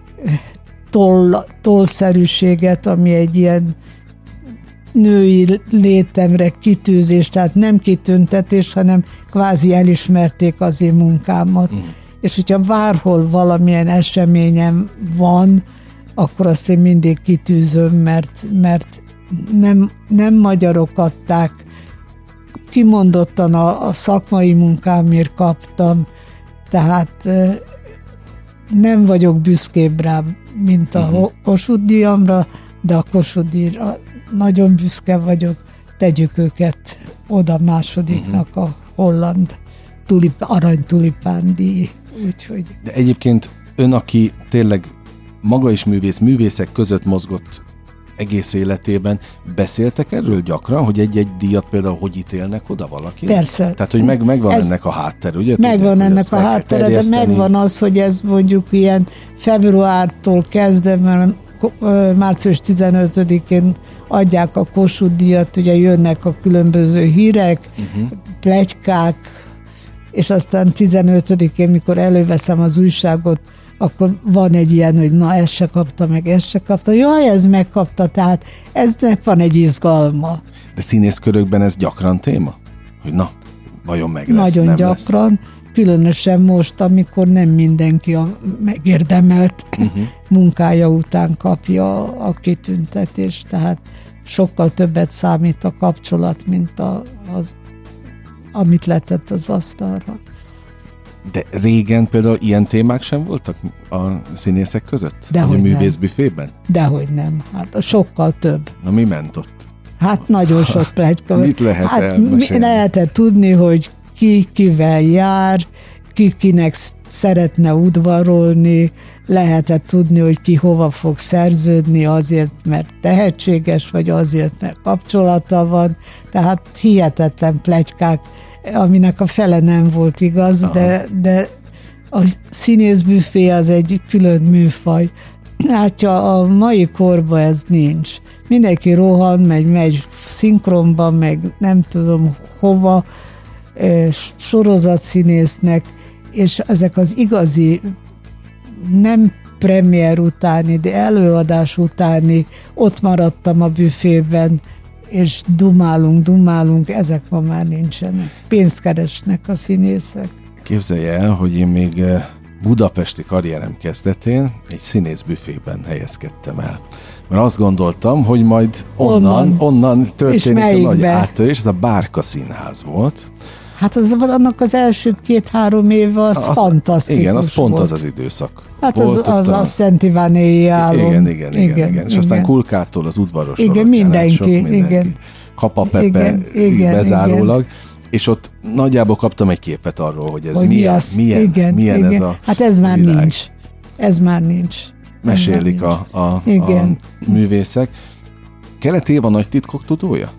toll, tollszerűséget, ami egy ilyen női létemre kitűzés, tehát nem kitüntetés, hanem kvázi elismerték az én munkámat. Mm. És hogyha bárhol valamilyen eseményem van, akkor azt én mindig kitűzöm, mert, mert nem, nem magyarok adták, kimondottan a, a szakmai munkámért kaptam, tehát nem vagyok büszkébb rá, mint a uh-huh. Kossuth díjamra, de a Kossuth díjra nagyon büszke vagyok, tegyük őket oda másodiknak uh-huh. a holland tulip, aranytulipán díj. Úgyhogy. De egyébként ön, aki tényleg maga is művész, művészek között mozgott egész életében, beszéltek erről gyakran, hogy egy-egy díjat például hogy ítélnek oda valaki? Persze. Tehát, hogy meg, megvan ez ennek a háttere, ugye? Megvan tudják, ennek a háttere, de megvan az, hogy ez mondjuk ilyen februártól kezdve, mert március tizenötödikén adják a Kossuth díjat, ugye jönnek a különböző hírek, uh-huh. pletykák, és aztán tizenötödikén, mikor előveszem az újságot, akkor van egy ilyen, hogy na, ezt se kapta, meg ezt se kapta. Jaj, ez megkapta, tehát eznek van egy izgalma. De színészkörökben ez gyakran téma? Hogy na, vajon meg lesz, nagyon nem gyakran, lesz? Különösen most, amikor nem mindenki a megérdemelt uh-huh. munkája után kapja a kitüntetést, tehát sokkal többet számít a kapcsolat, mint a, az, amit letett az asztalra. De régen például ilyen témák sem voltak a színészek között? Dehogy a művészbüfében? Dehogy nem. Hát sokkal több. Na mi ment ott? Hát nagyon sok pletyka. Mit lehet hát elmesélni? Lehetett tudni, hogy ki kivel jár, ki kinek szeretne udvarolni, lehetett tudni, hogy ki hova fog szerződni azért, mert tehetséges, vagy azért, mert kapcsolata van. Tehát hihetetlen pletykák, aminek a fele nem volt igaz, de, de a színészbüfé az egy külön műfaj. Látja, a mai korban ez nincs. Mindenki rohan, megy, megy szinkronba, meg nem tudom hova, sorozatszínésznek, és ezek az igazi, nem premier utáni, de előadás utáni, ott maradtam a büfében, és dumálunk, dumálunk, ezek ma már nincsenek. Pénzt keresnek a színészek. Képzelje el, hogy én még budapesti karrierem kezdetén egy színész büfében helyezkedtem el. Mert azt gondoltam, hogy majd onnan, onnan, onnan történik a nagy áttörés, ez a Bárka Színház volt. Hát az, annak az első két-három éve az, az fantasztikus. Igen, az pont volt. az az időszak. Hát volt az, az a, a Szent Ivánéi álom. Igen, igen, igen, igen, igen. És aztán igen. Kulkától az udvarosról. Igen, mindenki, mindenki. Igen. Kapa-Pepe igen, igen, bezárólag. Igen. És ott nagyjából kaptam egy képet arról, hogy ez hogy milyen, az, milyen, igen, milyen igen. ez a Hát ez már világ. nincs. Ez már nincs. Mesélik a, a, a művészek. Kelet Éva nagy titkok tudója?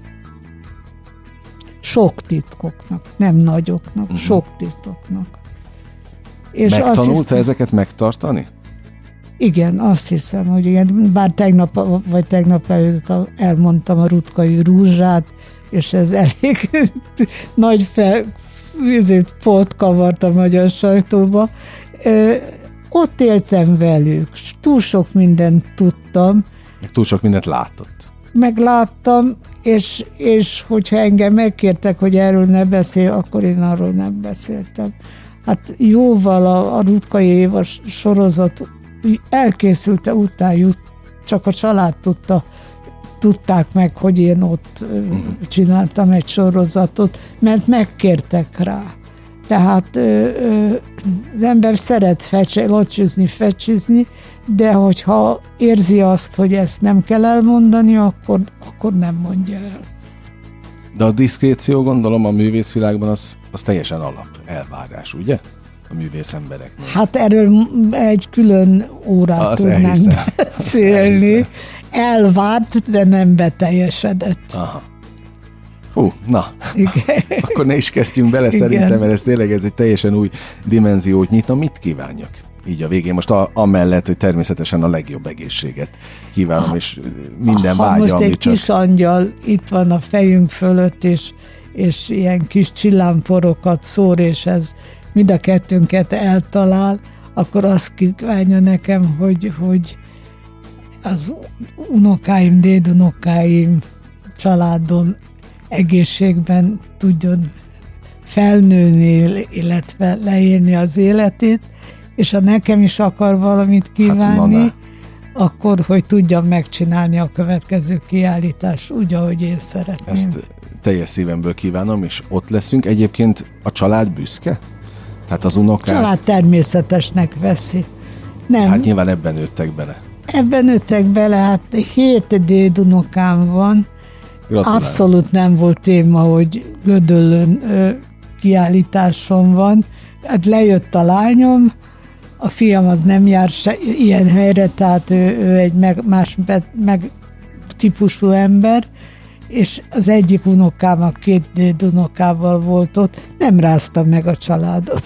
Sok titkoknak, nem nagyoknak, uh-huh. sok titkoknak. És megtanulta hiszem, ezeket megtartani? Igen, azt hiszem, hogy igen, bár tegnap, vagy tegnap előtt elmondtam a Rutkai Rúzsát, és ez elég nagy fel, pot kavart a magyar sajtóba. Ö, ott éltem velük, túl sok mindent tudtam. Meg túl sok mindent látott. Megláttam, és, és hogyha engem megkértek, hogy erről ne beszélj, akkor én arról nem beszéltem. Hát jóval a, a Rutkai Éva sorozat elkészülte után, csak a család tudta, tudták meg, hogy én ott mm. csináltam egy sorozatot, mert megkértek rá. Tehát ö, ö, az ember szeret fecse, locsizni, fecsizni, de hogyha érzi azt, hogy ezt nem kell elmondani, akkor, akkor nem mondja el. De a diszkréció, gondolom, a művészvilágban az, az teljesen alap elvárás, ugye? A művész embereknek. Hát erről egy külön órát az tudnánk elhiszem. beszélni. Elvárt, de nem beteljesedett. Aha. Hú, na, igen. Akkor ne is kezdjünk bele, igen. Szerintem, mert ez tényleg ez egy teljesen új dimenziót nyitna. Mit kívánjak? Így a végén most a, amellett, hogy természetesen a legjobb egészséget kívánom, ha, és minden vágya, most egy csak... kis angyal itt van a fejünk fölött, és, és ilyen kis csillámporokat szór, és ez mind a kettőnket eltalál, akkor azt kívánja nekem, hogy, hogy az unokáim, dédunokáim, családom egészségben tudjon felnőni, illetve leélni az életét, és ha nekem is akar valamit kívánni, hát, akkor, hogy tudjam megcsinálni a következő kiállítás úgy, ahogy én szeretném. Ezt teljes szívemből kívánom, és ott leszünk. Egyébként a család büszke? Tehát az unokák... A család természetesnek veszi. Nem. Hát nyilván ebben nőttek bele. Ebben nőttek bele, hát hét dédunokám van. Gratulálom. Abszolút nem volt téma, hogy Gödöllőn ö, kiállításon van. Hát lejött a lányom, a fiam az nem jár se, ilyen helyre, tehát ő, ő egy meg, más be, meg típusú ember, és az egyik unokám, a két dédunokával volt ott, nem rázta meg a családot.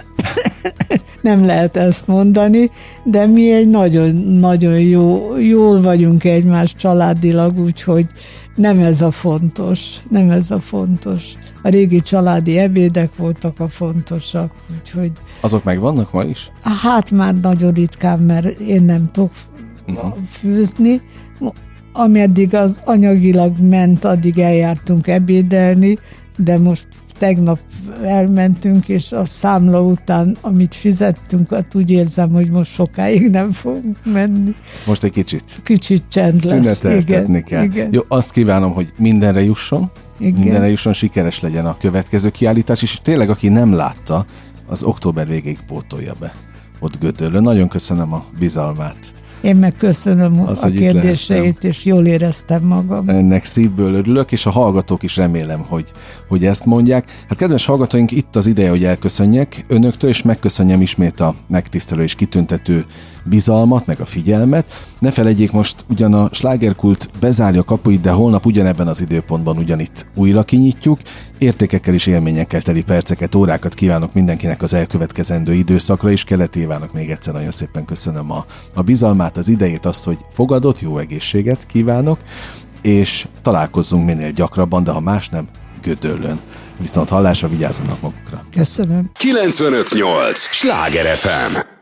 Nem lehet ezt mondani, de mi egy nagyon-nagyon jó, jól vagyunk egymás családilag, úgyhogy nem ez a fontos, nem ez a fontos. A régi családi ebédek voltak a fontosak, úgyhogy... Azok megvannak ma is? Hát már nagyon ritkán, mert én nem tudok uh-huh. főzni. Ameddig az anyagilag ment, addig eljártunk ebédelni, de most tegnap elmentünk, és a számla után, amit fizettünk, hát úgy érzem, hogy most sokáig nem fogunk menni. Most egy kicsit. Kicsit csend lesz. Szüneteltetni kell. Igen. Jó, azt kívánom, hogy mindenre jusson, igen. mindenre jusson, sikeres legyen a következő kiállítás, és tényleg, aki nem látta, az október végéig pótolja be ott Gödöllőn. Nagyon köszönöm a bizalmát. Én meg köszönöm az, a kérdéseit, és jól éreztem magam. Ennek szívből örülök, és a hallgatók is remélem, hogy, hogy ezt mondják. Hát kedves hallgatóink, itt az ideje, hogy elköszönjek önöktől, és megköszönjem ismét a megtisztelő és kitüntető bizalmat, meg a figyelmet. Ne felejtjék, most ugyan a Slágerkult bezárja kapuit, de holnap ugyanebben az időpontban ugyanitt újra kinyitjuk. Értékekkel és élményekkel teli perceket, órákat kívánok mindenkinek az elkövetkezendő időszakra, és Kelet Évának még egyszer nagyon szépen köszönöm a, a bizalmát, az idejét, azt, hogy fogadott, jó egészséget kívánok, és találkozzunk minél gyakrabban, de ha más nem, Gödöllőn. Viszont hallásra, vigyázzanak magukra. Köszönöm. kilencvenöt nyolc Sláger ef em